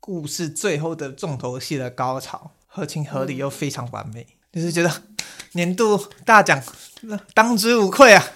故事最后的重头戏的高潮，合情合理又非常完美，就是觉得年度大奖当之无愧啊。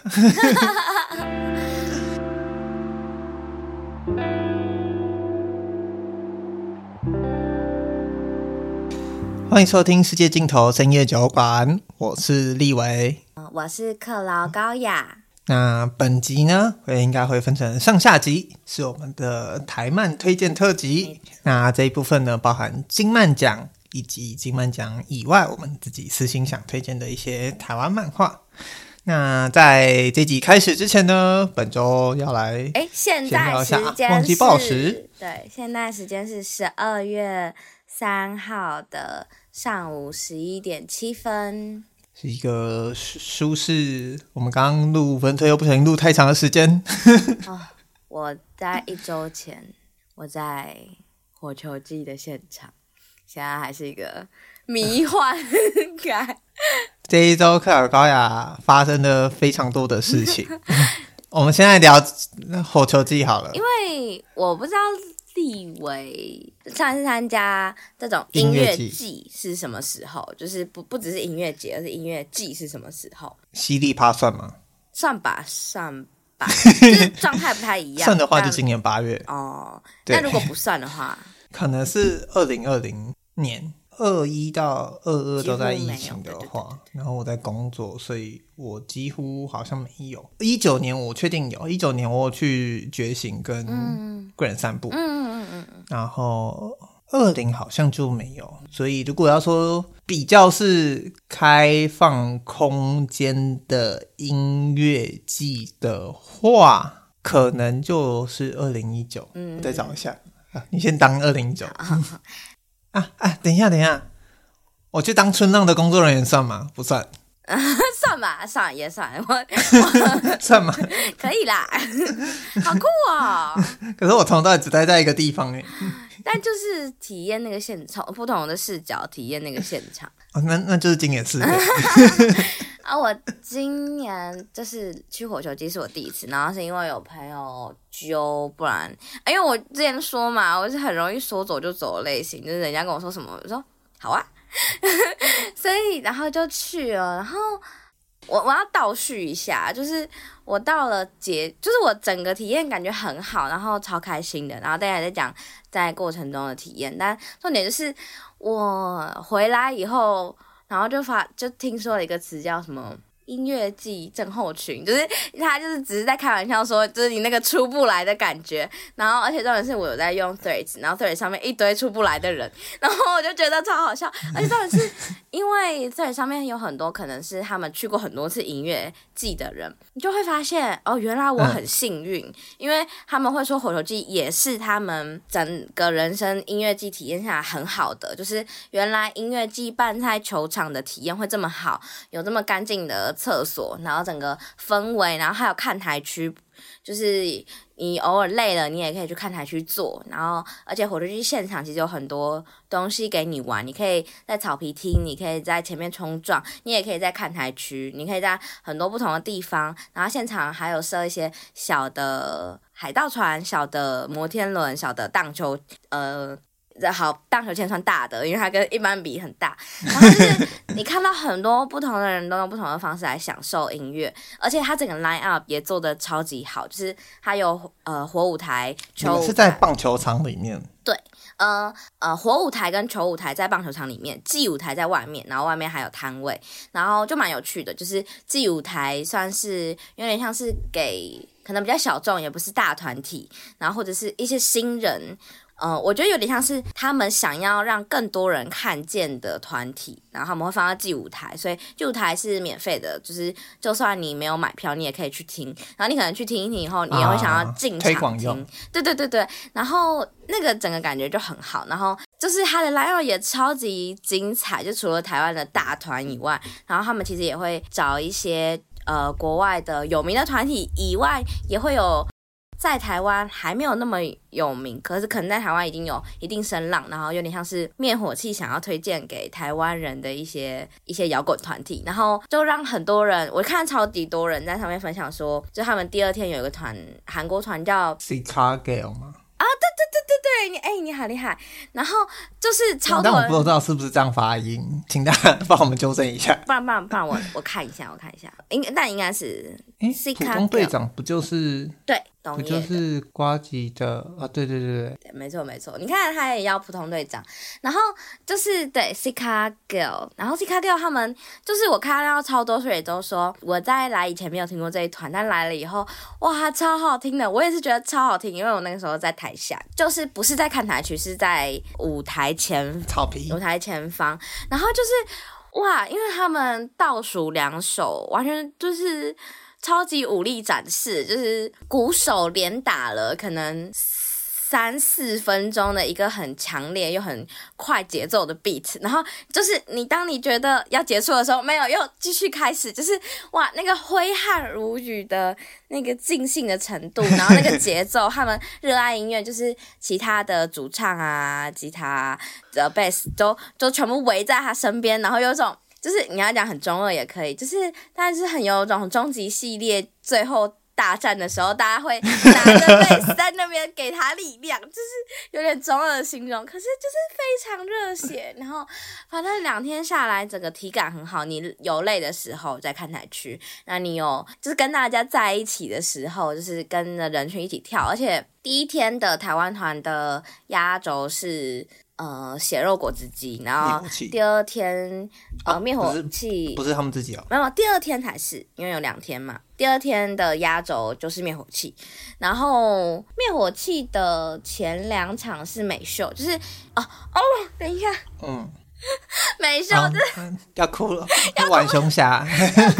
欢迎收听世界尽头深夜酒馆，我是立维， 我是克劳高雅。 那本集呢应该会分成上下集，是我们的台漫推荐特辑。那这一部分呢包含金漫奖以及金漫奖以外我们自己私心想推荐的一些台湾漫画。那在这集开始之前呢，本周要来现在时间忘记报时， 对，现在时间是12月3号的上午11点7分， 是一个舒适，我们刚刚录5分推又不小心录太长的时间。 我在1周前我在火球季的现场，现在还是一个迷幻感。 这一周克劳高雅发生了非常多的事情。我们现在聊火球季好了， 因为我不知道立维上一次参加这种音乐季是什么时候，就是不只是音乐节，而是音乐季是什么时候？ 犀利趴算吗？ 算吧，就是状态不太一样。 算的话就今年8月哦。那如果不算的话， 可能是2020年21到22都在疫情的话，对，然后我在工作，所以我几乎好像没有。19年我确定有，19年我有去觉醒跟贵人散步，然后20好像就没有。所以如果要说比较是开放空间的音乐季的话，可能就是2019。我再找一下，你先当2019。等一下，我去当春浪的工作人员算吗？不算。 算吧，算也算。 算吗？ 可以啦，好酷哦！ 可是我从头到尾只待在一个地方耶。 但就是体验那个现场，不同的视角体验那个现场。 那就是今年4月。 我今年就是去火球季是我第一次，然后是因为有朋友揪，不然因为我之前说嘛，我是很容易说走就走的类型，就是人家跟我说什么，我说好啊。所以然后就去了，然后我要倒叙一下，就是我到了就是我整个体验感觉很好，然后超开心的，然后大家也在讲在过程中的体验，但重点就是我回来以后，然后就听说了一个词叫什么音乐季症候群，就是他就是只是在开玩笑说，就是你那个出不来的感觉，然后而且重点是我有在用 Threads， 然后 Threads 上面一堆出不来的人，然后我就觉得超好笑，而且重点是因为 Threads 上面有很多可能是他们去过很多次音乐季的人，你就会发现原来我很幸运，因为他们会说火球季也是他们整个人生音乐季体验下来很好的，就是原来音乐季办在球场的体验会这么好，有这么干净的厕所，然后整个氛围，然后还有看台区，就是你偶尔累了你也可以去看台区坐，然后而且火球季现场其实有很多东西给你玩，你可以在草皮厅，你可以在前面冲撞，你也可以在看台区，你可以在很多不同的地方，然后现场还有设一些小的海盗船、小的摩天轮、小的荡秋好，荡球线算大的，因为它跟一般比很大。然后就是你看到很多不同的人都用不同的方式来享受音乐，而且它整个 line up 也做得超级好，就是它有火舞台、球舞台。 是在棒球场里面。 对，火舞台跟球舞台在棒球场里面，祭舞台在外面，然后外面还有摊位，然后就蛮有趣的。就是祭舞台算是有点像是给可能比较小众，也不是大团体，然后或者是一些新人。我觉得有点像是他们想要让更多人看见的团体，然后他们会放到祭舞台，所以祭舞台是免费的，就是就算你没有买票，你也可以去听，然后你可能去听一听以后，你也会想要进场听，对，然后那个整个感觉就很好，然后就是他的 line up 也超级精彩，就除了台湾的大团以外，然后他们其实也会找一些国外的有名的团体以外，也会有在台湾还没有那么有名，可是可能在台湾已经有一定声浪，然后有点像是灭火器想要推荐给台湾人的一些摇滚团体，然后就让很多人，我看超级多人在上面分享说，就他们第2天有一个团，韩国团叫 Chicago 吗？ 对， 对，你好厉害。然后就是超但多人， 我不知道是不是这样发音，请大家帮我们纠正一下。 不然我看一下，但应该是普通队长不就是对， 不就是呱吉的啊？对， 没错，你看他也要普通队长，然后就是对 Sika Girl， 然后 Sika Girl 他们就是我看到超多水都说我在来以前没有听过这一团，但来了以后哇超好听的，我也是觉得超好听，因为我那个时候在台下，就是不是在看台区，是在舞台前方，然后就是哇，因为他们倒数2首完全就是超级武力展示，就是鼓手连打了可能3-4分钟的一个很强烈又很快节奏的 beat， 然后就是当你觉得要结束的时候，没有，又继续开始，就是哇那个挥汗如雨的那个尽兴的程度，然后那个节奏，他们热爱音乐，就是其他的主唱啊、吉他的 bass 都全部围在他身边，然后有种就是你要讲很中二也可以，就是但是很有种终极系列最后大战的时候，大家会拿着贝斯在那边给他力量，就是有点中二的形容，可是就是非常热血。然后反正2天下来，整个体感很好。你有累的时候在看台区，那你有就是跟大家在一起的时候，就是跟着人群一起跳。而且第一天的台湾团的压轴是血肉果汁机，然后第二天灭火器不是他们自己没有，第二天才是，因为有2天嘛。第二天的压轴就是灭火器，然后灭火器的前2场是美秀，就是等一下，美秀要哭了，浣熊侠，但那个现场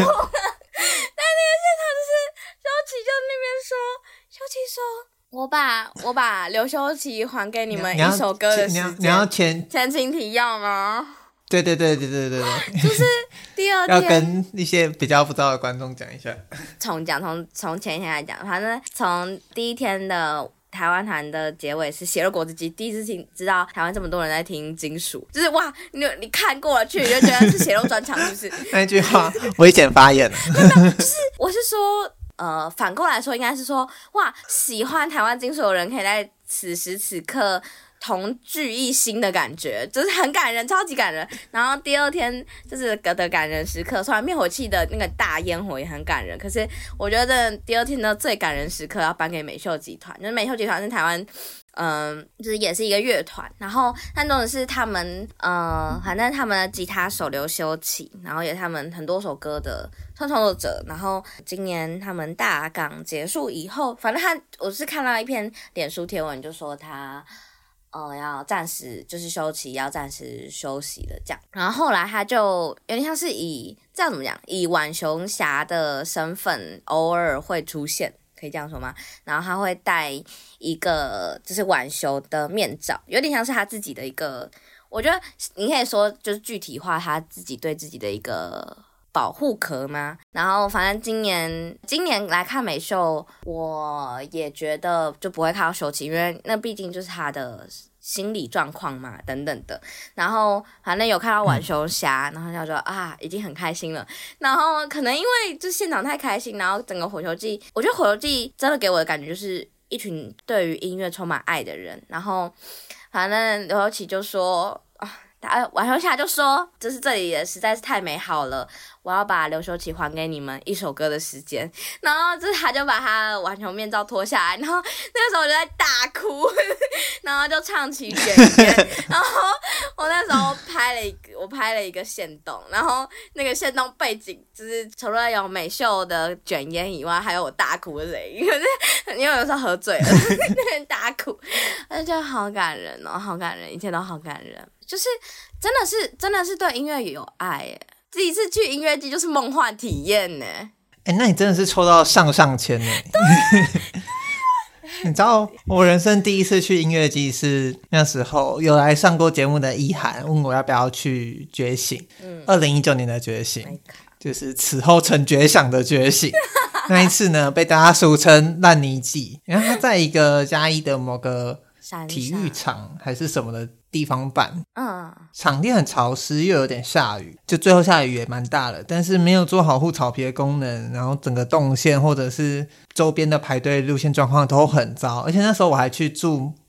就是修齐就那边说，我把刘修齐还给你们一首歌的时间， 你要前情提要吗？ 对， 就是第二天要跟一些比较不知道的观众讲一下，从前一天来讲，反正从第一天的台湾团的结尾是血肉果汁机，第一次知道台湾这么多人在听金属，就是哇，你看过了去你就觉得是血肉专场，是不是？ 那一句话危险发言了， 就是我是说。反过来说，应该是说，哇，喜欢台湾金属的人可以在此时此刻同聚一心的感觉，就是很感人，超级感人。然后第二天就是的感人时刻，虽然灭火器的那个大烟火也很感人，可是我觉得第二天的最感人时刻要颁给美秀集团，就是美秀集团是台湾。就是也是一个乐团，然后但重点是他们，反正他们的吉他手刘修齐，然后也他们很多首歌的创作者，然后今年他们大港结束以后，反正我是看到一篇脸书贴文，就说他要暂时就是修齐要暂时休息的这样，然后后来他就有点像是这样怎么讲，以浣熊侠的身份偶尔会出现。可以这样说吗？然后他会戴一个就是浣熊的面罩，有点像是他自己的一个，我觉得你可以说就是具体化他自己对自己的一个保护壳吗？然后反正今年来看美秀，我也觉得就不会看到修齐，因为那毕竟就是他的心理状况嘛，等等的。然后反正有看到浣熊侠，然后就说已经很开心了。然后可能因为就现场太开心，然后整个火球季，我觉得火球季真的给我的感觉就是一群对于音乐充满爱的人。然后反正刘修齐就说浣熊侠就说，就是这里也实在是太美好了，我要把刘修齐还给你们一首歌的时间。然后就是他就把他的浣熊面罩脱下来，然后那个时候我就在大哭，然后就唱起卷卷，然后我那时候拍了一个限动，然后那个限动背景就是除了有美秀的卷烟以外，还有我大哭的声音，可是因为有时候喝醉了那边大哭，我就觉得好感人哦，好感人，一切都好感人。就是真的是对音乐有爱耶，第一次去音乐季就是梦幻体验呢。 那你真的是抽到上签呢。你知道我人生第一次去音乐季是那时候有来上过节目的一涵问我要不要去觉醒，2019年的觉醒，就是此后成绝响的觉醒。那一次呢被大家俗称烂泥季，因为他在一个嘉义的某个体育场还是什么的地方办，场地很潮湿又有点下雨，就最后下雨也蛮大的，但是没有做好护草皮的功能，然后整个动线或者是周边的排队路线状况都很糟，而且那时候我还去住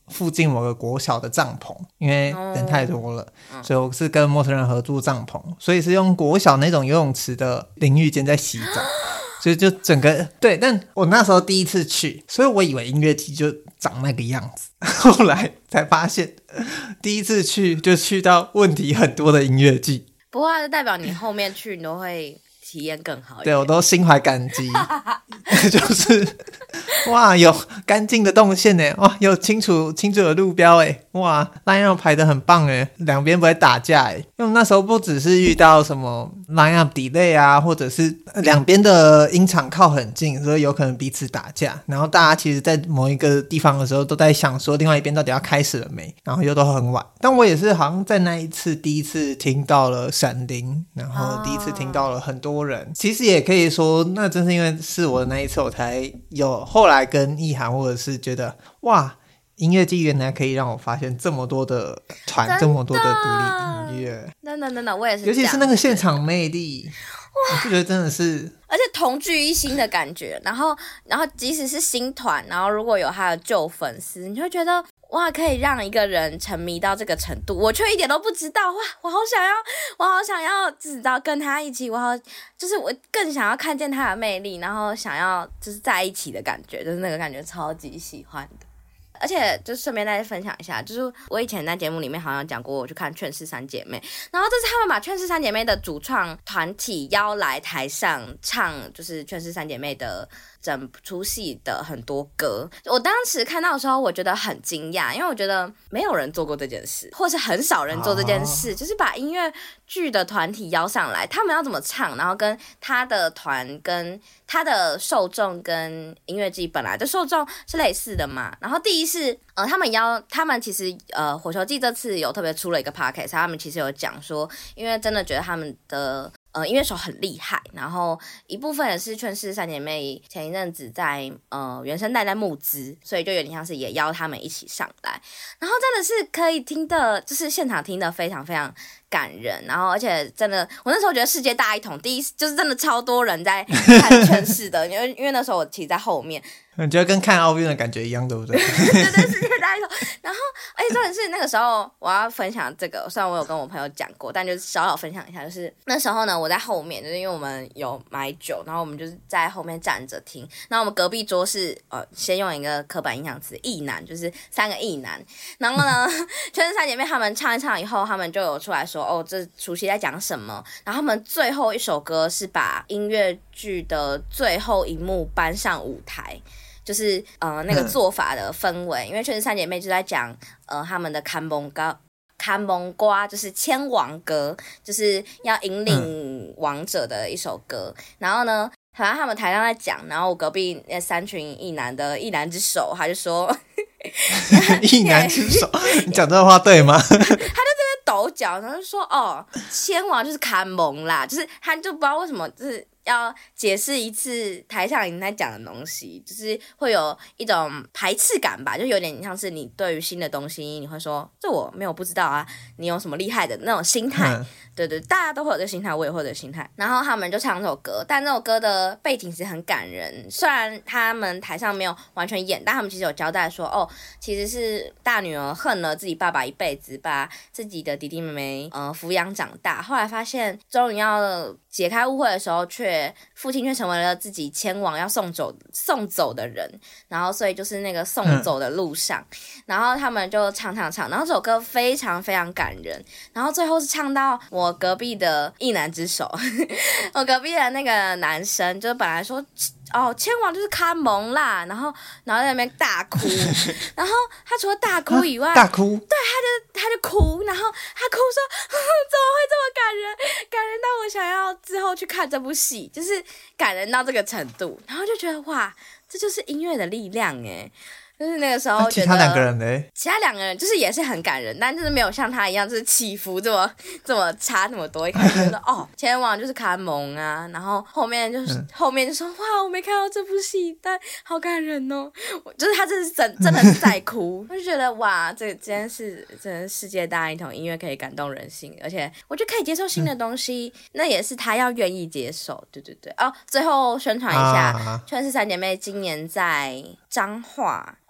附近某个国小的帐篷，因为人太多了，所以我是跟陌生人合租帐篷，所以是用国小那种游泳池的淋浴间在洗澡。所以就整个对，但我那时候第一次去，所以我以为音乐季就长那个样子，后来才发现第一次去就去到问题很多的音乐季。 不过就代表你后面去你都会体验更好一点。 对，我都心怀感激。就是哇，有干净的动线耶，哇，有清楚的路标耶，哇 line up 排得很棒耶，两边不会打架耶。因为那时候不只是遇到什么 line up delay 啊，或者是两边的音场靠很近，所以有可能彼此打架，然后大家其实在某一个地方的时候都在想说另外一边到底要开始了没，然后又都很晚。但我也是好像在那一次第一次听到了闪灵，然后第一次听到了很多人，其实也可以说那真是因为是我的那一次我才有后来跟意涵或者是觉得哇，音乐季原来可以让我发现这么多的团，这么多的独立音乐。 真的，我也是这样， 尤其是那个现场魅力，我就觉得真的是， 而且同聚一心的感觉。然后即使是新团，然后如果有他的旧粉丝，你就会觉得哇，可以让一个人沉迷到这个程度，我却一点都不知道。哇，我好想要知道跟他一起，就是我更想要看见他的魅力，然后想要就是在一起的感觉，就是那个感觉超级喜欢的。而且就顺便再分享一下，就是我以前在节目里面好像讲过，我去看劝世三姐妹，然后这次他们把劝世三姐妹的主创团体邀来台上唱，就是劝世三姐妹的整出戏的很多歌。我当时看到的时候我觉得很惊讶，因为我觉得没有人做过这件事，或是很少人做这件事，就是把音乐剧的团体邀上来，他们要怎么唱，然后跟他的团跟他的受众跟音乐季本来的受众是类似的嘛。然后第一是他们其实火球季这次有特别出了一个 podcast， 他们其实有讲说，因为真的觉得他们的音乐手很厉害，然后一部分也是劝世三姐妹前一阵子在原声带在募资，所以就有点像是也邀他们一起上来，然后真的是可以听的，就是现场听的非常非常感人，然后而且真的我那时候觉得世界大一统，第一就是真的超多人在看劝世的，因为那时候我其实在后面， 你觉得跟看奥运的感觉一样，对不对？ 对，世界大一统。然后而且重点是那个时候我要分享这个，虽然我有跟我朋友讲过，但就是小小分享一下，就是那时候呢我在后面，就是因为我们有买酒，然后我们就是在后面站着听，然后我们隔壁桌是先用一个刻板印象词异男，就是3个异男，然后呢劝世三姐妹他们唱一唱以后，他们就有出来说这除夕在讲什么，然后他们最后一首歌是把音乐剧的最后一幕搬上舞台，就是那个做法的氛围，因为确实三姐妹就在讲他们的看蒙瓜就是千王歌，就是要引领王者的一首歌，然后呢好像他们台上在讲，然后我隔壁那3群异男的异男之首他就说异男之首你讲这话对吗？ 他就这边抖脚，然后就说千王就是看蒙啦，就是他就不知道为什么就是要解释一次台上你在讲的东西，就是会有一种排斥感吧，就有点像是你对于新的东西你会说这我没有不知道啊，你有什么厉害的那种心态对，大家都会有这个心态，我也会有这个心态。然后他们就唱这首歌，但这首歌的背景其实很感人，虽然他们台上没有完全演，但他们其实有交代说其实是大女儿恨了自己爸爸一辈子，把自己的弟弟妹妹抚养长大，后来发现终于要解开误会的时候，父亲却成为了自己前往要送走的人，然后所以就是那个送走的路上，然后他们就唱，然后这首歌非常非常感人，然后最后是唱到我隔壁的一男之首我隔壁的那个男生就本来说千王就是看蒙啦，然后在那边大哭然后他除了大哭以外大哭， 对，他就哭，然后他哭说怎么会这么感人到我想要之后去看这部戏，就是感人到这个程度，然后就觉得哇，这就是音乐的力量耶。就是那个时候觉得其他2个人呢？ 其他2个人就是也是很感人，但就是没有像他一样就是起伏这么差那么多。一开始就说前往就是看蒙啊，然后后面就说哇我没看到这部戏，但好感人哦。就是他真的是在哭，我就觉得哇这件事真的世界大一统，音乐可以感动人心，而且我觉得可以接受新的东西，那也是他要愿意接受。对最后宣传一下劝世三姐妹今年在彰化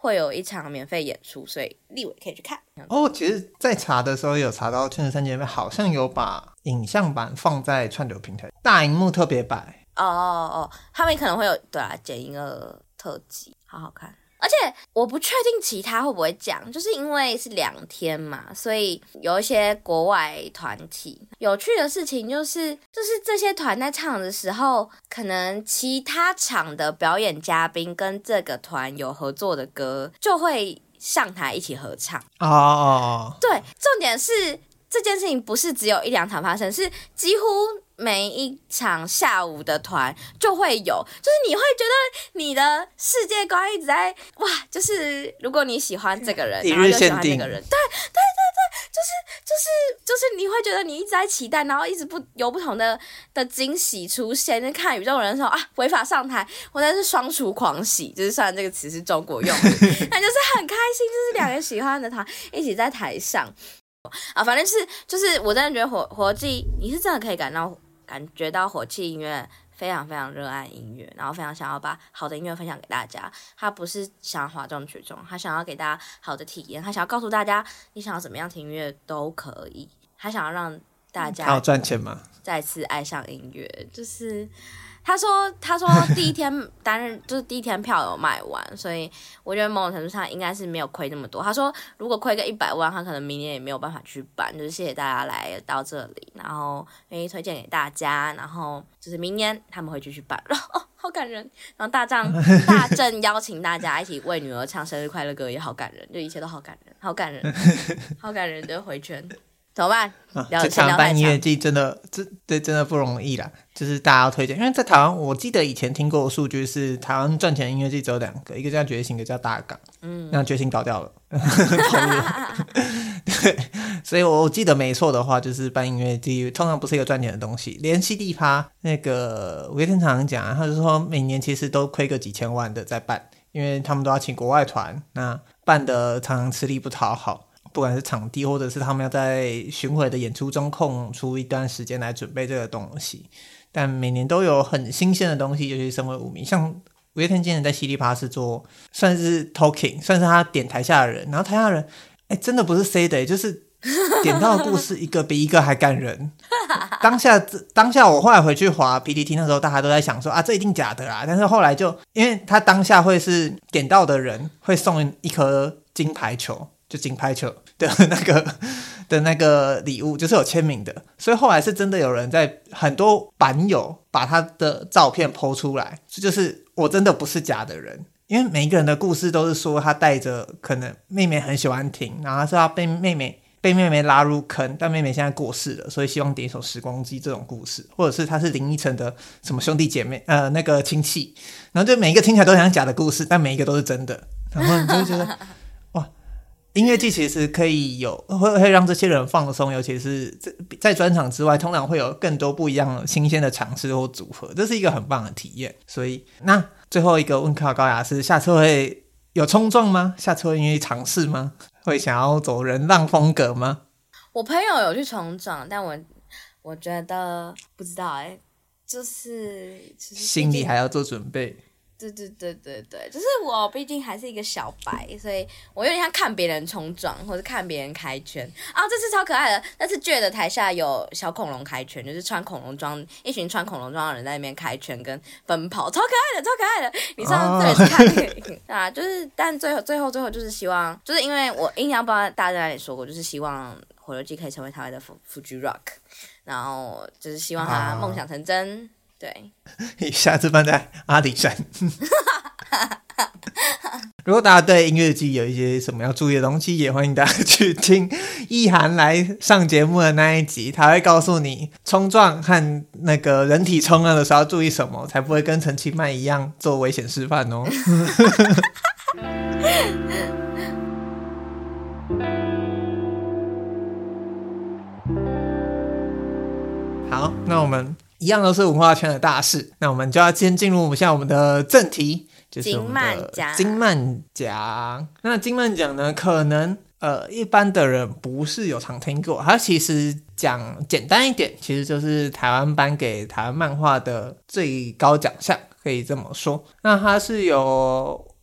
会有一场免费演出，所以立伟可以去看。 其实在查的时候有查到《劝世三姐妹》好像有把影像版放在串流平台大荧幕特别版。 他们可能会有对啊剪映二特辑，好好看。而且我不确定其他会不会讲，就是因为是2天嘛，所以有一些国外团体。有趣的事情就是这些团在唱的时候，可能其他场的表演嘉宾跟这个团有合作的歌，就会上台一起合唱。对，重点是这件事情不是只有1-2场发生，是几乎每一场下午的团就会有，就是你会觉得你的世界观一直在哇，就是如果你喜欢这个人，然后又喜欢那个人，对，就是你会觉得你一直在期待，然后一直有不同的惊喜出现。就看宇宙人的时候啊，违法上台，我真的是双厨狂喜，就是虽然这个词是中国用的，但就是很开心，就是2个喜欢的团一起在台上。反正就是我真的觉得火气，你是真的可以感觉到火气音乐非常非常热爱音乐，然后非常想要把好的音乐分享给大家。他不是想要哗众取宠，他想要给大家好的体验，他想要告诉大家你想要怎么样听音乐都可以，他想要让大家好赚钱吗？ 再次爱上音乐。就是他说第一天就是第一天票有卖完，所以我觉得某种程度上应该是没有亏那么多。他说如果亏个100万，他可能明年也没有办法去办。就是谢谢大家来到这里，然后愿意推荐给大家，然后就是明年他们会继续办。好感人。然后大正邀请大家一起为女儿唱生日快乐歌，也好感人，就一切都好感人，好感人，好感人的回圈。怎么办？ 这场办音乐季真的不容易啦，就是大家要推荐。因为在台湾，我记得以前听过的数据是台湾赚钱的音乐季只有2个，一个叫觉醒，一个叫大港。那觉醒倒掉了。对，所以我记得没错的话，就是办音乐季通常不是一个赚钱的东西。连CD趴那个五月天常常讲，他就说每年其实都亏个几千万的在办，因为他们都要请国外团，那办的常常吃力不讨好。不管是场地或者是他们要在巡回的演出中空出一段时间来准备这个东西，但每年都有很新鲜的东西，尤其身为舞迷，像五月天今年在犀利趴是做算是 talking， 算是他点台下的人，然后台下的人真的不是 say 的，就是点到的故事一个比一个还感人。当下我后来回去滑 PTT， 那时候大家都在想说这一定假的啦，但是后来就因为他当下会是点到的人会送一颗金牌球，就金牌球的那个礼物，就是有签名的，所以后来是真的有人在很多版友把他的照片 po 出来，就是我真的不是假的人。因为每一个人的故事都是说他带着可能妹妹很喜欢听，然后是他被妹妹拉入坑，但妹妹现在过世了，所以希望点一首时光机这种故事，或者是他是林依晨的什么兄弟姐妹那个亲戚，然后就每一个听起来都像假的故事，但每一个都是真的，然后你就会觉得哇，音乐季其实可以会让这些人放松，尤其是在专场之外，通常会有更多不一样的新鲜的尝试或组合，这是一个很棒的体验。所以那最后一个问高雅是下次会有冲撞吗？下次会愿意尝试吗？会想要走人浪风格吗？ 我朋友有去冲撞，但我觉得不知道就是心里还要做准备。 对，就是我毕竟还是一个小白，所以我有点像看别人冲撞或者看别人开圈这次超可爱的，那次 J 的台下有小恐龙开圈，就是穿恐龙装，一群穿恐龙装的人在那边开圈跟奔跑，超可爱的。你上次对看就是但最后就是希望，就是因为我印象不知道大家在哪里说过，就是希望火球季可以成为台湾的 Fuji Rock， 然后就是希望他梦想成真。对， 下次办在阿里山。如果大家对音乐季有一些什么要注意的东西，也欢迎大家去听意涵来上节目的那一集，他会告诉你冲撞和那个人体冲浪的时候要注意什么，才不会跟陈其迈一样做危险示范哦。好，那我们一样都是文化圈的大事，那我们就要先进入一下我们的正题，就是我们的金漫奖。那金漫奖呢，可能一般的人不是有常听过，它其实讲简单一点，其实就是台湾颁给台湾漫画的最高奖项，可以这么说。那它是由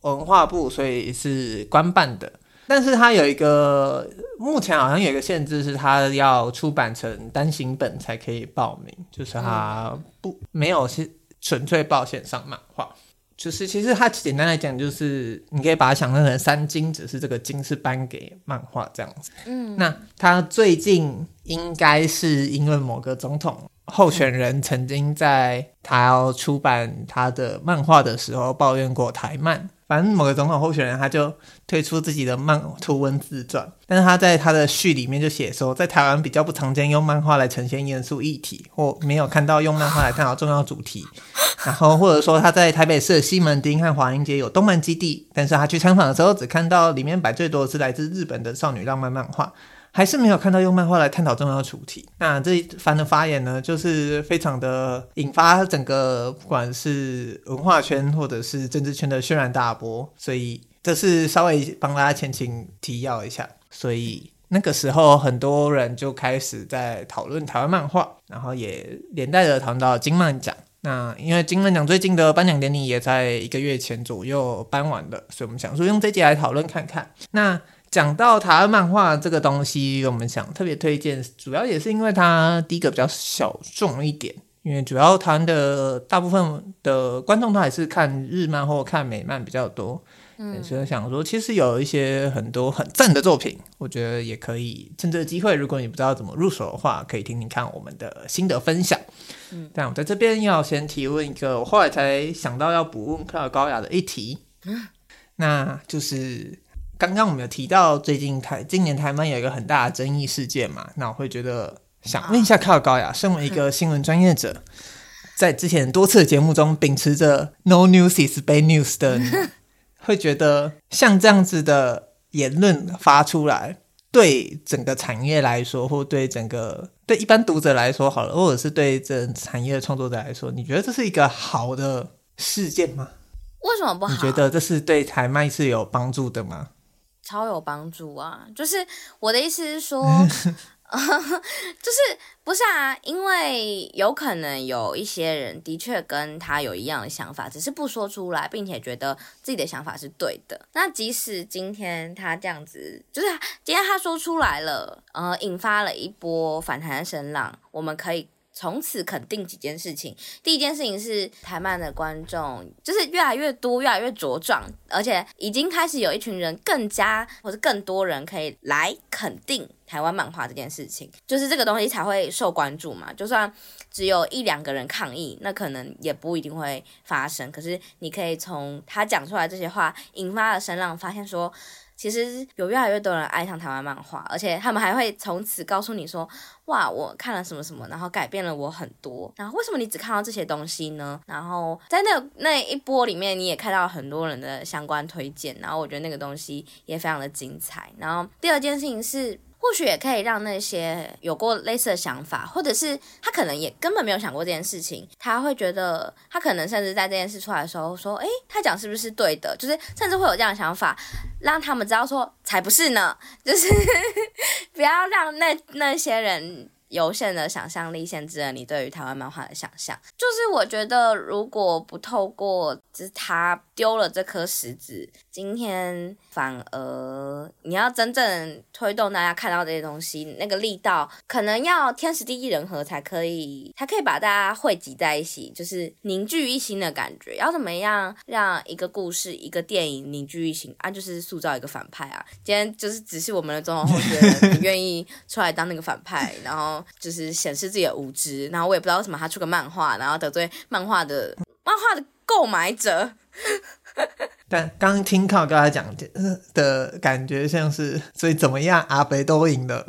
文化部，所以是官办的。但是它有一个目前好像有一个限制，是它要出版成单行本才可以报名，就是它没有是纯粹报线上漫画。就是其实它简单来讲，就是你可以把它想象成3金，只是这个金是颁给漫画这样子。那它最近应该是因为某个总统候选人曾经在他要出版他的漫画的时候抱怨过台漫，反正某个总统候选人他就推出自己的图文自传，但是他在他的序里面就写说，在台湾比较不常见用漫画来呈现严肃议题，或没有看到用漫画来探讨重要主题，然后或者说他在台北市的西门町和华阴街有动漫基地，但是他去参访的时候只看到里面摆最多的是来自日本的少女浪漫漫画，还是没有看到用漫画来探讨重要主题。那这一番的发言呢，就是非常的引发整个不管是文化圈或者是政治圈的轩然大波，所以这是稍微帮大家前情提要一下。所以那个时候很多人就开始在讨论台湾漫画，然后也连带的讨论到金漫奖。那因为金漫奖最近的颁奖典礼也在1个月前左右颁完了，所以我们想说用这集来讨论看看。那讲到台湾漫画这个东西，我们想特别推荐，主要也是因为它第一个比较小众一点，因为主要台湾的大部分的观众都还是看日漫或看美漫比较多，所以想说其实有一些很多很赞的作品，我觉得也可以趁这个机会，如果你不知道怎么入手的话，可以听听看我们的心得分享。但我在这边要先提问一个我后来才想到要补问克尔高雅的一题，那就是刚刚我们有提到今年台湾有一个很大的争议事件嘛，那我会觉得想问一下克尔高雅，身为一个新闻专业者，在之前多次的节目中秉持着 No news is bad news 的你会觉得像这样子的言论发出来，对整个产业来说，或对一般读者来说好了，或者是对这产业的创作者来说，你觉得这是一个好的事件吗？ 为什么不好？ 你觉得这是对台漫是有帮助的吗？ 超有帮助啊！就是我的意思是说就是不是啊，因为有可能有一些人的确跟他有一样的想法，只是不说出来，并且觉得自己的想法是对的。那即使今天他这样子，就是今天他说出来了，引发了一波反弹的声浪，我们可以从此肯定几件事情。第一件事情是台漫的观众就是越来越多，越来越茁壮，而且已经开始有一群人更加或者更多人可以来肯定台湾漫画这件事情，就是这个东西才会受关注嘛。就算只有1-2个人抗议，那可能也不一定会发生，可是你可以从他讲出来这些话引发的声浪发现说，其实有越来越多人爱上台湾漫画，而且他们还会从此告诉你说，哇，我看了什么什么，然后改变了我很多，然后为什么你只看到这些东西呢？然后在那一波里面，你也看到很多人的相关推荐，然后我觉得那个东西也非常的精彩。然后第二件事情是，或许也可以让那些有过类似的想法，或者是他可能也根本没有想过这件事情，他会觉得他可能甚至在这件事出来的时候说，诶，他讲是不是对的，就是甚至会有这样的想法，让他们知道说才不是呢，就是不要让那些人有限的想象力限制了你对于台湾漫画的想象。就是我觉得如果不透过就是他丢了这颗石子，今天反而你要真正推动大家看到这些东西，那个力道可能要天时地利人和才可以把大家汇集在一起，就是凝聚一心的感觉。要怎么样让一个故事一个电影凝聚一心啊？就是塑造一个反派啊。今天就是只是我们的总统候选人你愿意出来当那个反派，然后就是显示自己的无知，然后我也不知道为什么他出个漫画，然后得罪漫画的购买者。 但刚听靠刚才讲的感觉像是，所以怎么样阿北都赢了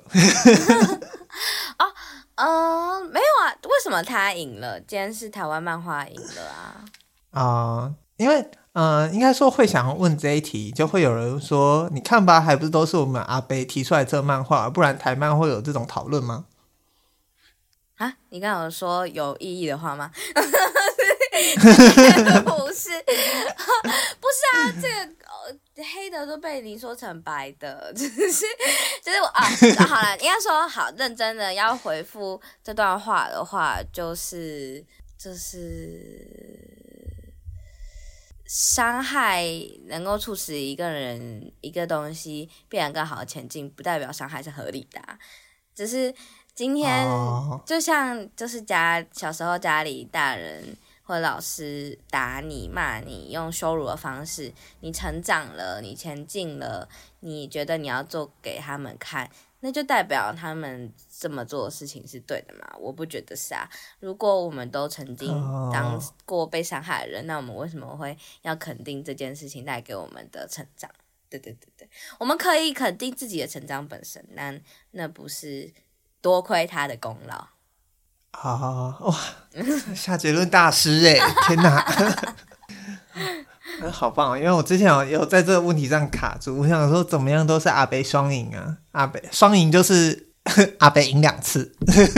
没有啊，为什么他赢了？今天是台湾漫画赢了啊。 因为应该说会想问这一题，就会有人说你看吧，还不是都是我们阿北提出来这漫画，不然台漫会有这种讨论吗？ 啊，你刚刚有说有意义的话吗？不是啊，这个黑的都被你说成白的，就是我好了，应该说好认真的要回复这段话的话，就是伤害能够促使一个人一个东西变得更好的前进，不代表伤害是合理的只是今天就像就是小时候家里大人或老师打你骂你，用羞辱的方式，你成长了，你前进了，你觉得你要做给他们看，那就代表他们这么做的事情是对的嘛？我不觉得是如果我们都曾经当过被伤害的人，那我们为什么会要肯定这件事情带给我们的成长？对，我们可以肯定自己的成长本身，那不是多亏他的功劳。 哇，下结论大师耶！天哪，好棒因为我之前有在这个问题上卡住，我想说怎么样都是阿北双赢阿北双赢就是阿北赢2次。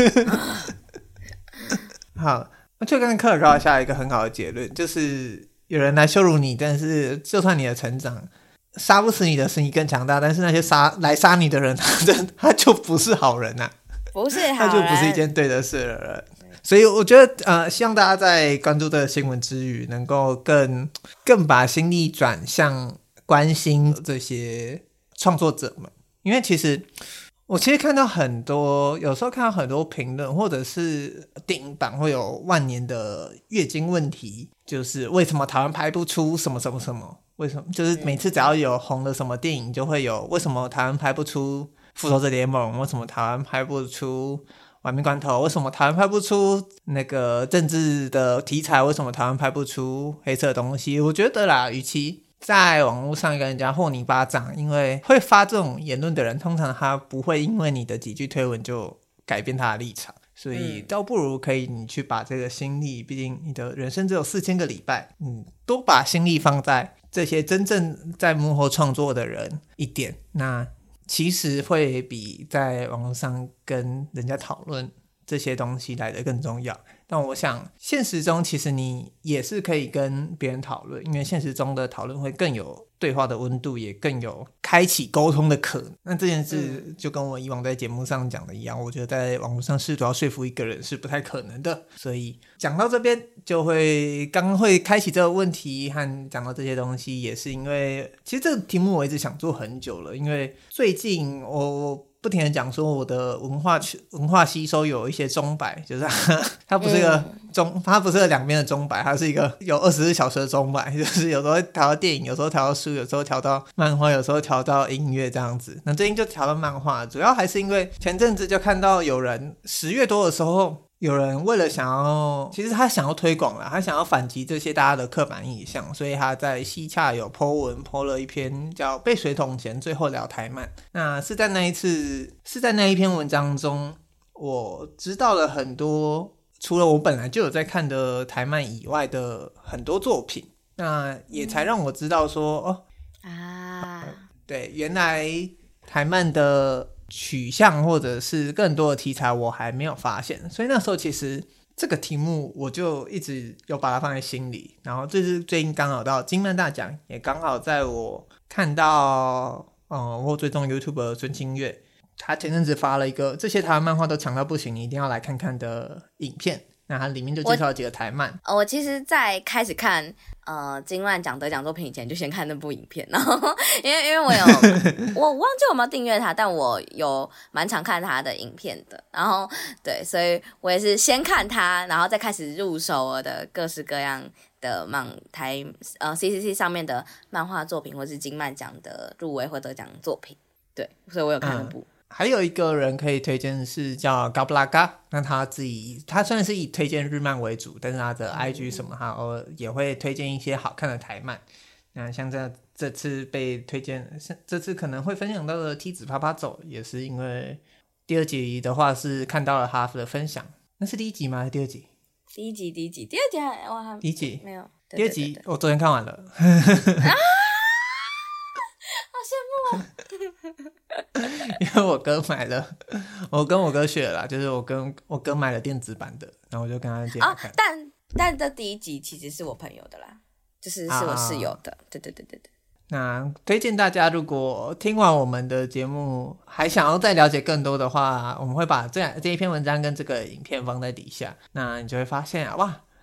好，就跟克尔高下一个很好的结论，就是有人来羞辱你，但是就算你的成长杀不死你的是你更强大，但是那些来杀你的人他就不是好人不是好人， 他就不是一件对的事的人。所以我觉得希望大家在关注这个新闻之余，能够更把心力转向关心这些创作者们。因为我其实看到有时候看到很多评论，或者是电影版会有万年的月经问题，就是为什么台湾拍不出什么什么什么，为什么就是每次只要有红的什么电影就会有为什么台湾拍不出复仇者联盟，为什么台湾拍不出玩命关头，为什么台湾拍不出那个政治的题材，为什么台湾拍不出黑色的东西。我觉得啦，与其在网络上跟人家霍你巴掌，因为会发这种言论的人通常他不会因为你的几句推文就改变他的立场，所以倒不如可以你去把这个心力，毕竟你的人生只有4000个礼拜，多把心力放在这些真正在幕后创作的人一点，那其实会比在网络上跟人家讨论这些东西来得更重要。但我想现实中其实你也是可以跟别人讨论，因为现实中的讨论会更有对话的温度，也更有开启沟通的可能。那这件事就跟我以往在节目上讲的一样，我觉得在网络上试图要说服一个人是不太可能的。所以讲到这边就刚会开启这个问题和讲到这些东西，也是因为其实这个题目我一直想做很久了，因为最近我不停的讲说我的文化吸收有一些钟摆，就是它不是一个它不是个两边的钟摆，它是一个有24小时的钟摆，就是有时候会调到电影，有时候调到书，有时候调到漫画，有时候调到音乐这样子。那最近就调到漫画，主要还是因为前阵子就看到有人10月多的时候，有人为了其实他想要推广啦，他想要反击这些大家的刻板印象，所以他在西洽有 po 文 po 了一篇叫背水桶前最后聊台漫。那是在那一篇文章中，我知道了很多除了我本来就有在看的台漫以外的很多作品，那也才让我知道说对，原来台漫的取向或者是更多的题材我还没有发现，所以那时候其实这个题目我就一直有把它放在心里。然后这是最近刚好到金漫大奖，也刚好在我看到我追踪 YouTuber 孙清月，他前阵子发了一个这些台湾漫画都强到不行你一定要来看看的影片，那它里面就介绍了几个台漫。 我其实在开始看金漫奖得奖作品以前就先看那部影片，然后因为我忘记我有没有订阅他，但我有蛮常看他的影片的，然后对，所以我也是先看他，然后再开始入手我的各式各样的CCC 上面的漫画作品，或是金漫奖的入围或得奖作品。对，所以我有看那部。 还有一个人可以推荐是叫高布拉嘎，那他虽然是以推荐日漫为主，但是他的 IG 什么他偶尔也会推荐一些好看的台漫。那像这次被推荐，这次可能会分享到的梯子啪啪走，也是因为第2集的话是看到了哈夫的分享。那是第1集吗？还是第2集？ 第一集第2集我还第1集没有， 第2集我昨天看完了。 好羡慕因为我哥买了，我跟我哥学了啦，就是我哥买了电子版的，然后我就跟他借来看。 但这第1集其实是我朋友的啦，就是我室友的。对。 那推荐大家，如果听完我们的节目还想要再了解更多的话，我们会把这一篇文章跟这个影片放在底下，那你就会发现哇，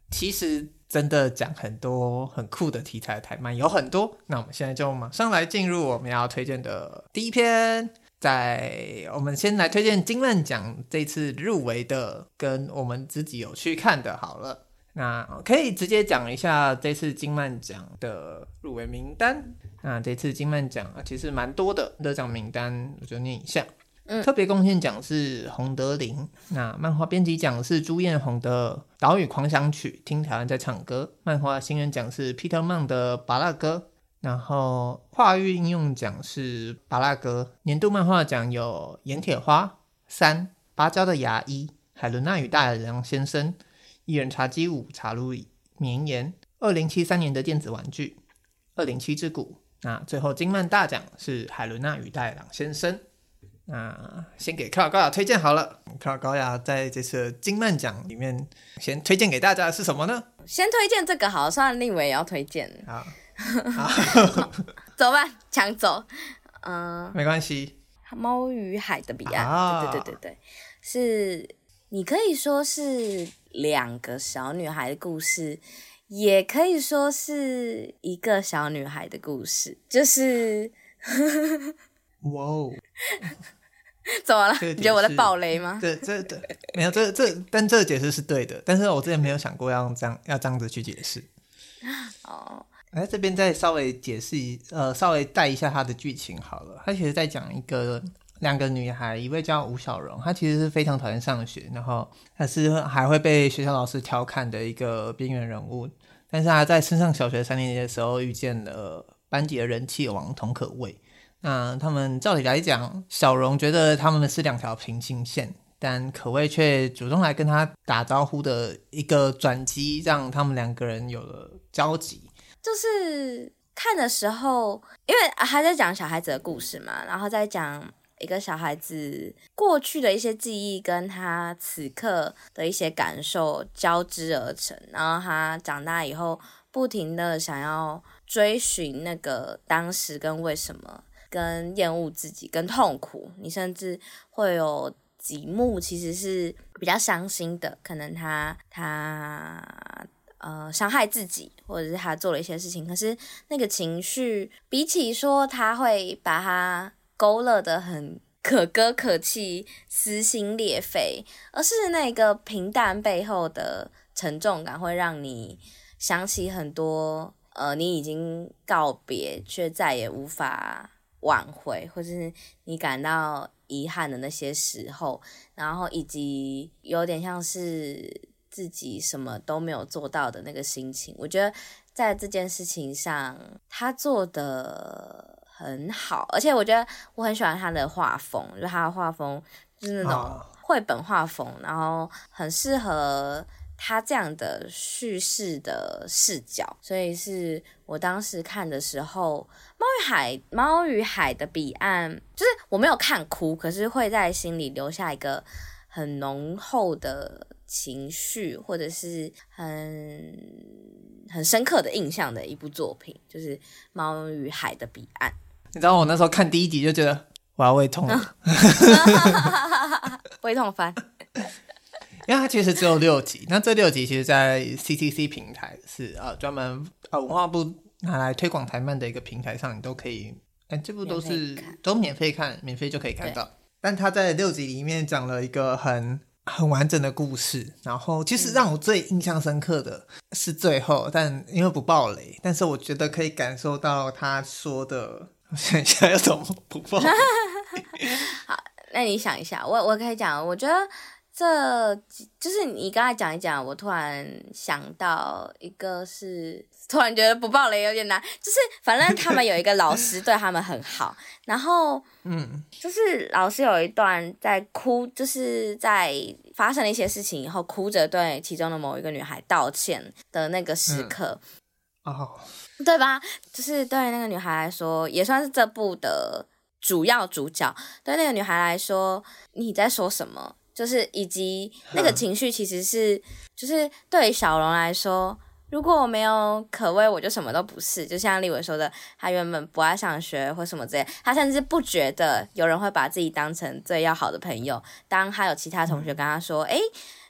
其实真的讲很多很酷的题材，台漫有很多。那我们现在就马上来进入我们要推荐的第一篇。我们先来推荐金漫奖这次入围的跟我们自己有去看的好了。那可以直接讲一下这次金漫奖的入围名单。那这次金漫奖其实蛮多的，得奖名单我就念一下。特别贡献奖是洪德林，那漫画编辑奖是朱彦宏的《岛屿狂想曲》，听台湾在唱歌。漫画新人奖是 Peter Mang 的《巴拉歌》，然后话语应用奖是《巴拉歌》。年度漫画奖有《盐铁花》、3、芭蕉的牙医、海伦娜与大野狼先生、一人茶姬舞、茶路绵延、2073年的电子玩具、207之谷。那最后金漫大奖是海伦娜与大野狼先生。那先给克劳高雅推荐好了。克劳高雅在这次金漫奖里面先推荐给大家的是什么呢？ 先推荐这个好，算立伟也要推荐。 好怎么办？抢走。 没关系。 猫与海的彼岸。对，是你可以说是2个小女孩的故事，也可以说是一个小女孩的故事，就是哇哦！ 怎么了？你觉得我在爆雷吗？ 对，没有但这个解释是对的，但是我之前没有想过要这样子去解释。 哦， 这边再稍微解释稍微带一下它的剧情好了。它其实在讲2个女孩，一位叫吴小荣，她其实是非常讨厌上学，然后她是还会被学校老师调侃的一个边缘人物。但是她在升上小学3年级的时候，遇见了班级的人气王童可畏。那他们照理来讲，小荣觉得他们是2条平行线，但可畏却主动来跟他打招呼的一个转机，让他们2个人有了交集。 就是看的时候，因为他在讲小孩子的故事嘛，然后再讲一个小孩子过去的一些记忆跟他此刻的一些感受交织而成，然后他长大以后不停的想要追寻那个当时跟为什么，跟厌恶自己，跟痛苦，你甚至会有几幕其实是比较伤心的，可能他伤害自己，或者是他做了一些事情，可是那个情绪比起说他会把他勾勒得很可歌可泣、撕心裂肺，而是那个平淡背后的沉重感会让你想起很多你已经告别却再也无法挽回，或是你感到遗憾的那些时候，然后以及有点像是自己什么都没有做到的那个心情。我觉得在这件事情上他做得很好，而且我觉得我很喜欢他的画风，就他的画风就是那种绘本画风，然后很适合他这样的叙事的视角，所以是我当时看的时候，猫与海的彼岸，就是我没有看哭，可是会在心里留下一个很浓厚的情绪，或者是很深刻的印象的一部作品，就是猫与海的彼岸。 你知道我那时候看第1集就觉得我要胃痛了， 胃痛翻。 因为它其实只有6集，那这6集其实在 CCC 平台是专门文化部拿来推广台漫的一个平台上，你都可以这部都免费看，免费就可以看到。但它在6集里面讲了一个很完整的故事，然后其实让我最印象深刻的是最后，但因为不爆雷，但是我觉得可以感受到他说的，我想一下要怎么不爆雷。 好，那你想一下，我可以讲，我觉得这就是你刚才讲一讲，我突然想到一个是，突然觉得不爆雷有点难，就是反正他们有一个老师对他们很好，然后就是老师有一段在哭，就是在发生了一些事情以后哭着对其中的某一个女孩道歉的那个时刻，对吧？就是对那个女孩来说，也算是这部的主要主角，对那个女孩来说，你在说什么？就是以及那个情绪其实是，就是对于小荣来说，如果我没有可畏，我就什么都不是。就像立伟说的，他原本不爱上学或什么之类，他甚至不觉得有人会把自己当成最要好的朋友。当他有其他同学跟他说，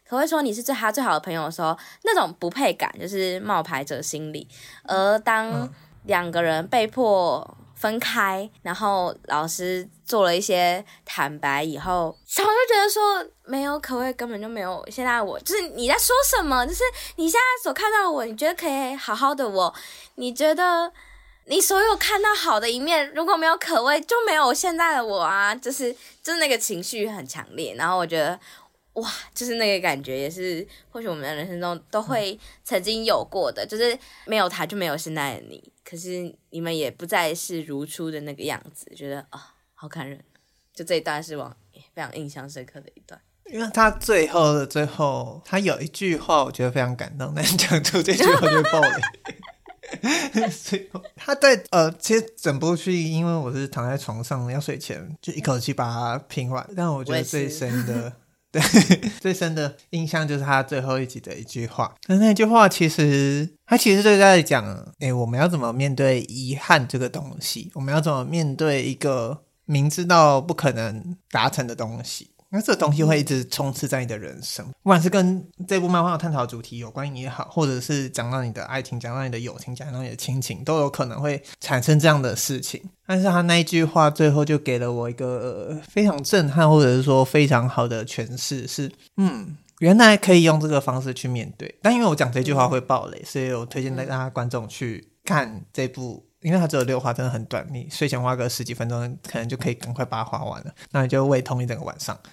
可会说你是他最好的朋友的时候，那种不配感就是冒牌者心理。而当两个人被迫分开，然后老师做了一些坦白以后，小黄就觉得说没有可谓根本就没有现在我，就是你在说什么，就是你现在所看到的我，你觉得可以好好的我，你觉得你所有看到好的一面，如果没有可谓就没有现在的我啊，就是那个情绪很强烈，然后我觉得哇，就是那个感觉也是或许我们的人生中都会曾经有过的，就是没有他就没有现在的你，可是你们也不再是如初的那个样子，觉得好感人，就这一段是我非常印象深刻的一段。 因为他最后他有一句话我觉得非常感动，但讲出这句话就会爆雷。所以他在其实整部剧因为我是躺在床上要睡前就一口气把它拼完，但我觉得最深的对最深的印象就是他最后一集的一句话。那句话其实就在讲我们要怎么面对遗憾这个东西，我们要怎么面对一个明知道不可能达成的东西，那这个东西会一直充斥在你的人生，不管是跟这部漫画探讨的主题有关也好，或者是讲到你的爱情，讲到你的友情，讲到你的亲情，都有可能会产生这样的事情。但是他那一句话最后就给了我一个非常震撼或者是说非常好的诠释，是原来可以用这个方式去面对。但因为我讲这句话会爆雷，所以我推荐大家观众去看这部，因为它只有6话，真的很短，你睡前花个10几分钟可能就可以赶快把它花完了，那你就胃痛一整个晚上。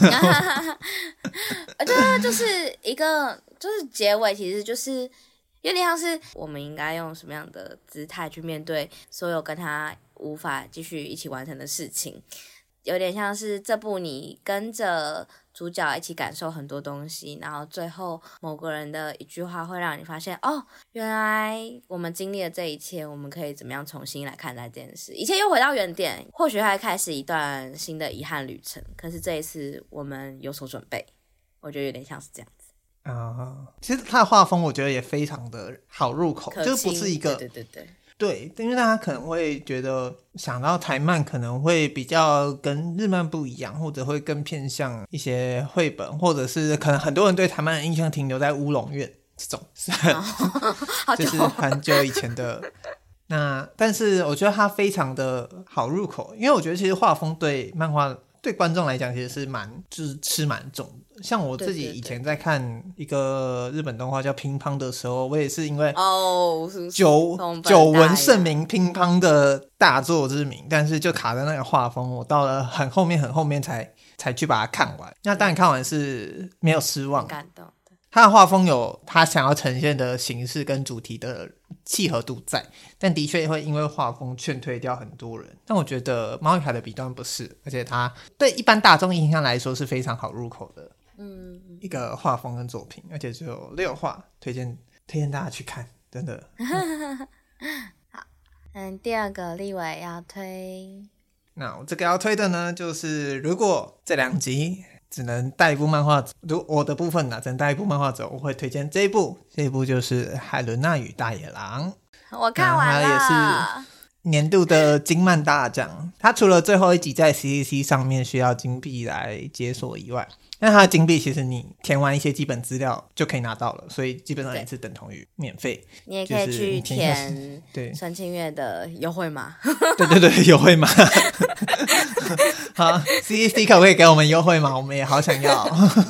我觉得就是一个就是结尾其实就是有点像是我们应该用什么样的姿态去面对所有跟他无法继续一起完成的事情，有点像是这部你跟着主角一起感受很多东西，然后最后某个人的一句话会让你发现原来我们经历了这一切，我们可以怎么样重新来看待这件事，一切又回到原点，或许还开始一段新的遗憾旅程，可是这一次我们有所准备，我觉得有点像是这样子。 其实他的画风我觉得也非常的好入口，就是不是一个对，因为大家可能会觉得想到台漫可能会比较跟日漫不一样，或者会更偏向一些绘本，或者是可能很多人对台漫的印象停留在乌龙院这种就是很久以前的但是我觉得它非常的好入口，因为我觉得其实画风对漫画对观众来讲其实是就是吃蛮重的。像我自己以前在看一个日本动画叫乒乓的时候，我也是因为久闻盛名乒乓的大作之名，但是就卡在那个画风，我到了很后面才去把它看完。那当然看完是没有失望， 感动。 他的画风有他想要呈现的形式跟主题的契合度在，但的确会因为画风劝退掉很多人。但我觉得猫与海的彼端不是，而且他对一般大众印象来说是非常好入口的一个画风跟作品，而且只有6话，推荐大家去看，真的。 好，第二个立伟要推， 那我这个要推的呢，就是如果这2集只能带一部漫画，我的部分只能带一部漫画走，我会推荐这一部就是《海伦娜与大野狼》。 我看完了， 它也是年度的金漫大奖。它除了最后一集在 CCC 上面需要金币来解锁以外，但它的金币其实你填完一些基本资料就可以拿到了，所以基本上也是等同于免费。 你也可以去填孙庆月的优惠码。 对，优惠码。好 ，CCC 可不可以给我们优惠码？我们也好想要。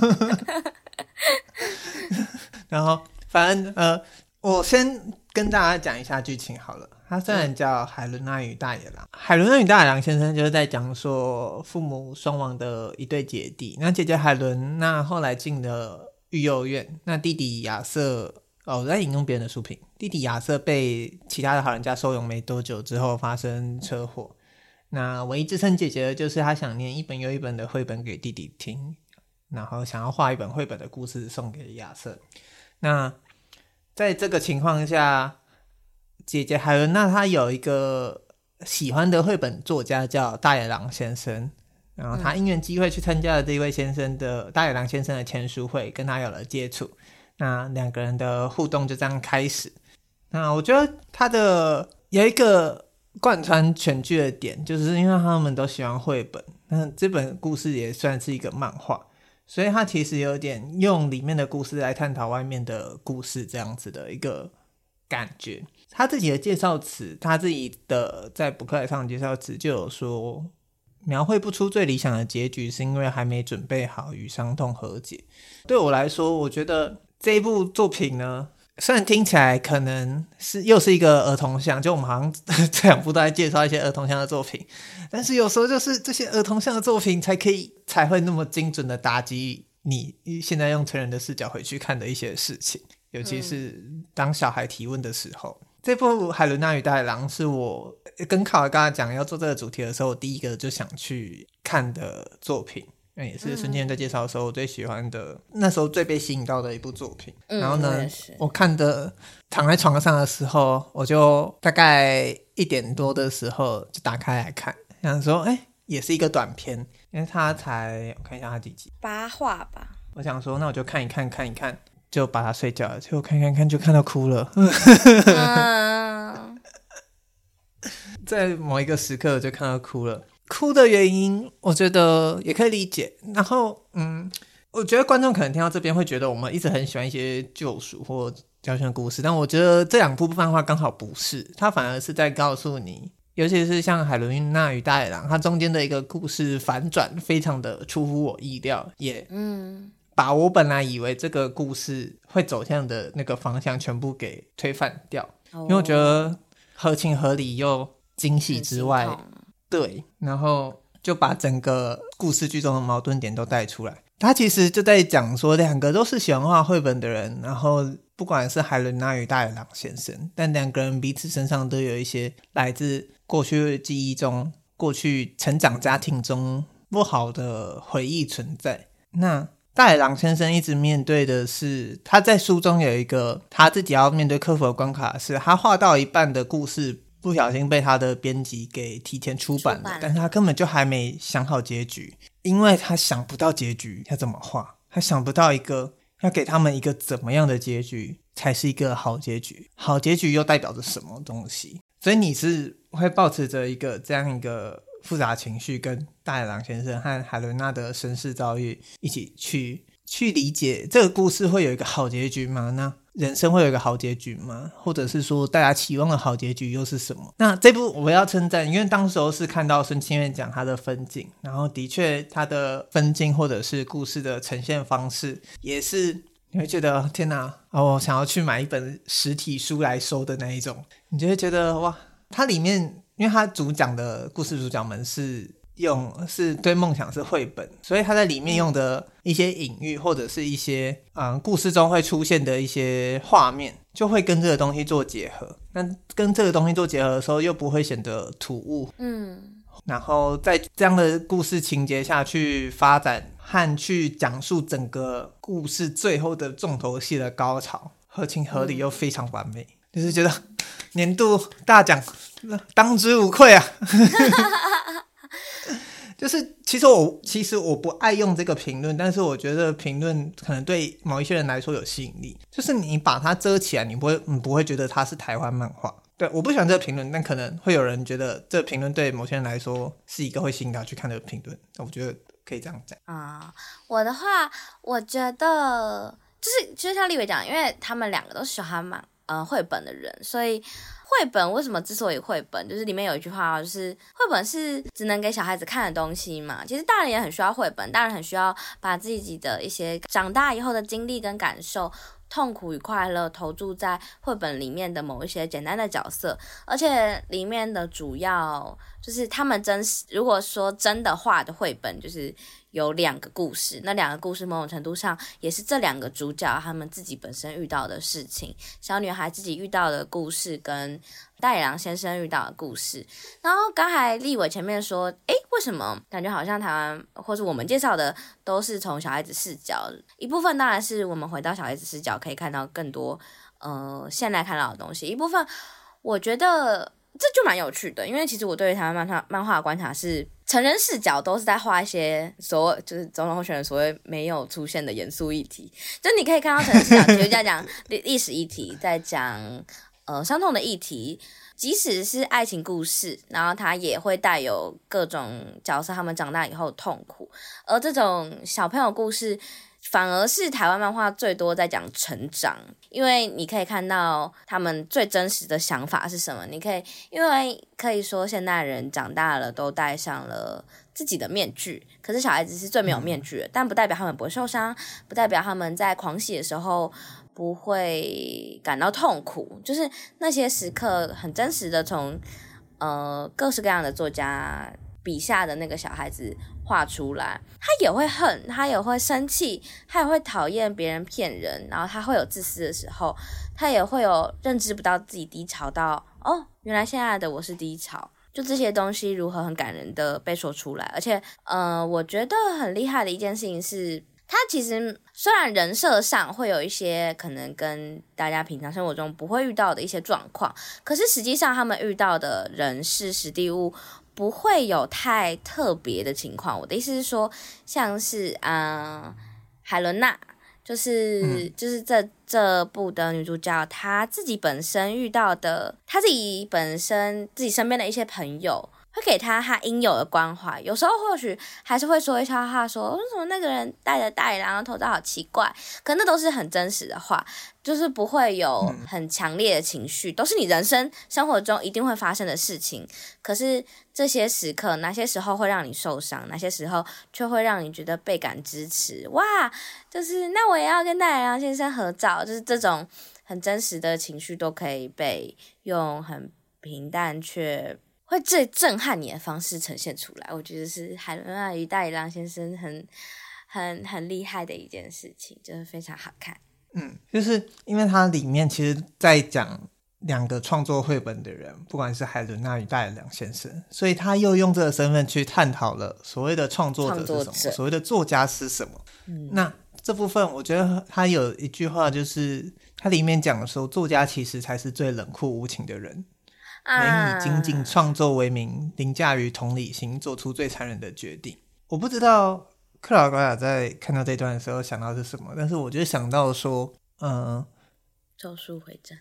然后反正我先跟大家讲一下剧情好了。它虽然叫《海伦娜与大野狼》，海伦娜与大野狼先生就是在讲说父母双亡的一对姐弟。那姐姐海伦娜后来进了育幼院，那弟弟亚瑟我在引用别人的书评，弟弟亚瑟被其他的好人家收容没多久之后发生车祸。那唯一支撑姐姐的就是她想念一本又一本的绘本给弟弟听，然后想要画一本绘本的故事送给亚瑟。那在这个情况下，姐姐海伦娜她有一个喜欢的绘本作家叫大野狼先生，然后她因缘机会去参加了这一位先生的大野狼先生的签书会，跟他有了接触。那2个人的互动就这样开始。那我觉得他的有一个贯穿全剧的点，就是因为他们都喜欢绘本，那这本故事也算是一个漫画， 所以他其实有点用里面的故事来探讨外面的故事这样子的一个感觉。他自己的介绍词，他自己的在博客来上的介绍词就有说，描绘不出最理想的结局是因为还没准备好与伤痛和解。对我来说，我觉得这一部作品呢，虽然听起来可能是又是一个儿童向，就我们好像这两部都在介绍一些儿童向的作品，但是有时候就是这些儿童向的作品才会那么精准的打击你现在用成人的视角回去看的一些事情，尤其是当小孩提问的时候。这部《海伦娜与大野狼》是我跟考尔刚才讲要做这个主题的时候，我第一个就想去看的作品，那也是孙建在介绍的时候我最喜欢的，那时候最被吸引到的一部作品。然后呢，我看的躺在床上的时候，我就大概1点多的时候就打开来看，想说也是一个短片，因为它才我看一下它几集 8话吧。 我想说那我就看一看，就把它睡觉了，结果看就看到哭了。在某一个时刻我就看到哭了。哭的原因我觉得也可以理解，然后我觉得观众可能听到这边会觉得我们一直很喜欢一些救赎或教训的故事，但我觉得这两部漫画刚好不是，它反而是在告诉你，尤其是像海伦娜与大野狼，它中间的一个故事反转非常的出乎我意料，也把我本来以为这个故事会走向的那个方向全部给推翻掉。因为我觉得合情合理又惊喜之外，对，然后就把整个故事剧中的矛盾点都带出来。他其实就在讲说两个都是喜欢画绘本的人，然后不管是海伦娜与大野狼先生，但两个人彼此身上都有一些来自过去记忆中、过去成长家庭中不好的回忆存在。那大野狼先生一直面对的是，他在书中有一个他自己要面对克服的关卡，是他画到一半的故事不小心被他的编辑给提前出版了，但是他根本就还没想好结局，因为他想不到结局要怎么画，他想不到要给他们一个怎么样的结局才是一个好结局，好结局又代表着什么东西。所以你是会抱持着这样一个复杂情绪，跟大野狼先生和海伦娜的身世遭遇一起去理解这个故事会有一个好结局吗？那人生会有一个好结局吗？或者是说大家期望的好结局又是什么？那这部我要称赞，因为当时候是看到孙清月讲他的分镜，然后的确他的分镜或者是故事的呈现方式也是你会觉得天哪，我想要去买一本实体书来收的那一种。你就会觉得哇，它里面因为它故事主角们是对梦想是绘本，所以他在里面用的一些隐喻或者是一些故事中会出现的一些画面就会跟这个东西做结合，那跟这个东西做结合的时候又不会显得突兀，然后在这样的故事情节下去发展和去讲述整个故事最后的重头戏的高潮，合情合理又非常完美，就是觉得年度大奖当之无愧啊。就是其实我不爱用这个评论，但是我觉得评论可能对某一些人来说有吸引力，就是你把它遮起来，你不会觉得它是台湾漫画。对，我不喜欢这个评论，但可能会有人觉得这个评论对某些人来说是一个会吸引他去看的评论，我觉得可以这样讲我的话我觉得就是像立伟讲，因为他们两个都喜欢绘本的人，所以绘本为什么之所以绘本，就是里面有一句话，就是绘本是只能给小孩子看的东西嘛。其实大人也很需要绘本，大人很需要把自己的一些长大以后的经历跟感受、痛苦与快乐投注在绘本里面的某一些简单的角色，而且里面的主要就是他们如果说真的画的绘本，就是有2个故事，那2个故事某种程度上也是这2个主角他们自己本身遇到的事情，小女孩自己遇到的故事跟大野狼先生遇到的故事。然后刚才立伟前面说为什么感觉好像台湾或是我们介绍的都是从小孩子视角，一部分当然是我们回到小孩子视角可以看到更多现在看到的东西，一部分我觉得这就蛮有趣的，因为其实我对于台湾漫画的观察是成人视角都是在画一些就是总统候选人所谓没有出现的严肃议题，就你可以看到成人视角比如在讲历史议题，在讲伤痛的议题， 即使是爱情故事，然后它也会带有各种角色他们长大以后的痛苦，而这种小朋友故事反而是台湾漫画最多在讲成长，因为你可以看到他们最真实的想法是什么。因为可以说现代人长大了都戴上了自己的面具，可是小孩子是最没有面具的，但不代表他们不会受伤，不代表他们在狂喜的时候不会感到痛苦，就是那些时刻很真实的从各式各样的作家笔下的那个小孩子画出来，他也会恨，他也会生气，他也会讨厌别人骗人，然后他会有自私的时候，他也会有认知不到自己低潮到原来现在的我是低潮，就这些东西如何很感人的被说出来。而且我觉得很厉害的一件事情是，他其实虽然人设上会有一些可能跟大家平常生活中不会遇到的一些状况，可是实际上他们遇到的人事实地物不会有太特别的情况。我的意思是说，像是海伦娜，就是这部的女主角，她自己本身遇到的，她自己身边的一些朋友，会给她应有的关怀。有时候或许还是会说一些话，说为什么那个人戴着戴，然后头罩好奇怪，可那都是很真实的话，就是不会有很强烈的情绪，都是你生活中一定会发生的事情。可是这些时刻，哪些时候会让你受伤，哪些时候却会让你觉得倍感支持。哇，就是那我也要跟戴良先生合照，就是这种很真实的情绪都可以被用很平淡却会最震撼你的方式呈现出来。我觉得是海伦娜与大野狼先生很厉害的一件事情，就是非常好看。 就是因为它里面其实在讲两个创作绘本的人，不管是海伦娜与大野良先生，所以他又用这个身份去探讨了所谓的创作者是什么，所谓的作家是什么。那这部分我觉得他有一句话，就是他里面讲的说，作家其实才是最冷酷无情的人，能以精进创作为名，凌驾于同理心，做出最残忍的决定。我不知道克劳高雅在看到这段的时候想到是什么，但是我就想到说咒术回战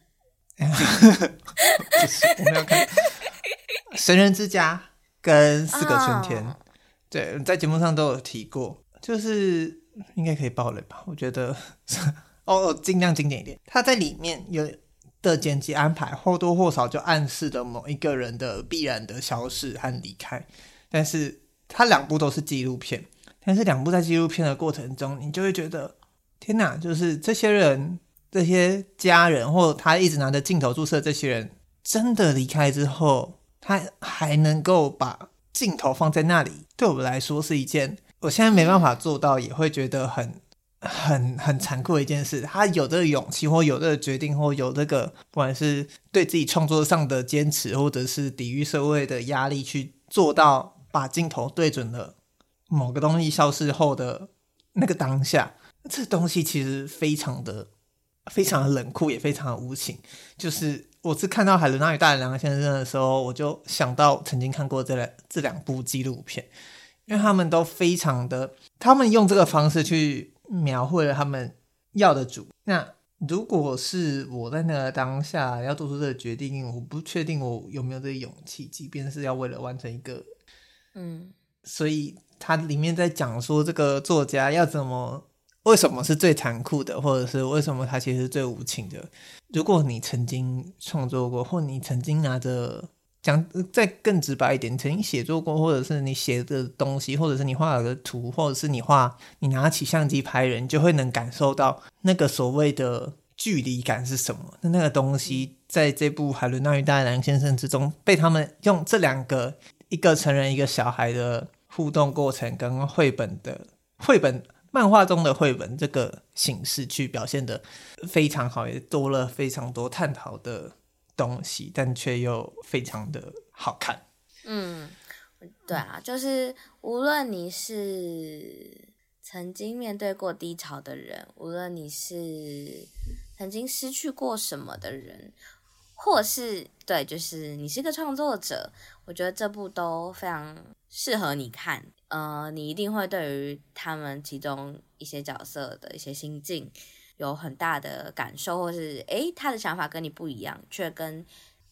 我没有看神人之家跟四个春天对，在节目上都有提过，就是应该可以爆雷吧，我觉得尽量经典一点。他在里面有的剪辑安排或多或少就暗示了某一个人的必然的消逝和离开，但是他两部都是纪录片，但是两部在纪录片的过程中，你就会觉得天哪，就是这些人，这些家人，或者他一直拿着镜头注视的这些人，真的离开之后，他还能够把镜头放在那里，对我来说是一件我现在没办法做到，也会觉得很残酷的一件事。他有这个勇气，或有这个决定，或有这个不管是对自己创作上的坚持，或者是抵御社会的压力，去做到把镜头对准了某个东西消失后的那个当下。这东西其实非常的冷酷，也非常的无情。就是我是看到海伦娜与大野良先生的时候，我就想到曾经看过这两部纪录片，因为他们都非常的，他们用这个方式去描绘了他们要的主。那如果是我在那个当下要做出这个决定，我不确定我有没有这个勇气，即便是要为了完成一个所以他里面在讲说这个作家要为什么是最残酷的，或者是为什么他其实是最无情的。如果你曾经创作过，或你曾经拿着讲再更直白一点，曾经写作过，或者是你写的东西，或者是你画了个图，或者是你拿起相机拍人，就会能感受到那个所谓的距离感是什么。那个东西在这部海伦娜与大野良先生之中，被他们用这两个，一个成人一个小孩的互动过程，跟绘本漫画中的绘本这个形式去表现的非常好，也多了非常多探讨的东西，但却又非常的好看。 对啊，就是无论你是曾经面对过低潮的人，无论你是曾经失去过什么的人，或是对，就是你是个创作者，我觉得这部都非常适合你看。你一定会对于他们其中一些角色的一些心境有很大的感受，或是他的想法跟你不一样，却跟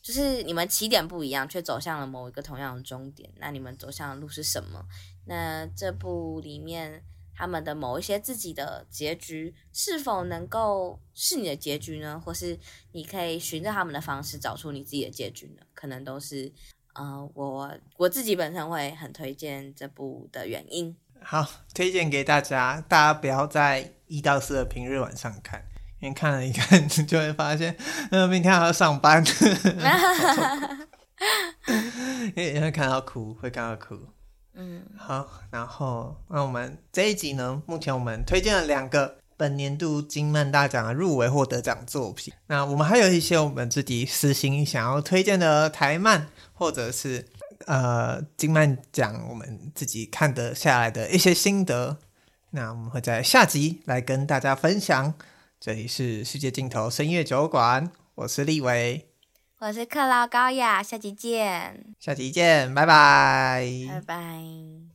就是你们起点不一样，却走向了某一个同样的终点。那你们走向的路是什么？那这部里面他们的某一些自己的结局，是否能够是你的结局呢？或是你可以循着他们的方式找出你自己的结局呢？可能都是我自己本身会很推荐这部的原因。 好，推荐给大家，大家不要在1到4的平日晚上看，因为看了一看就会发现，明天还要上班，也会看到哭，好，然后那我们这一集呢，目前我们推荐了2个本年度金漫大奖的入围或得奖作品，那我们还有一些我们自己私心想要推荐的台漫，或者是金漫奖我们自己看得下来的一些心得，那我们会在下集来跟大家分享。这里是世界尽头深夜酒馆，我是立维， 我是克劳高雅，下集见， 拜拜， 拜拜。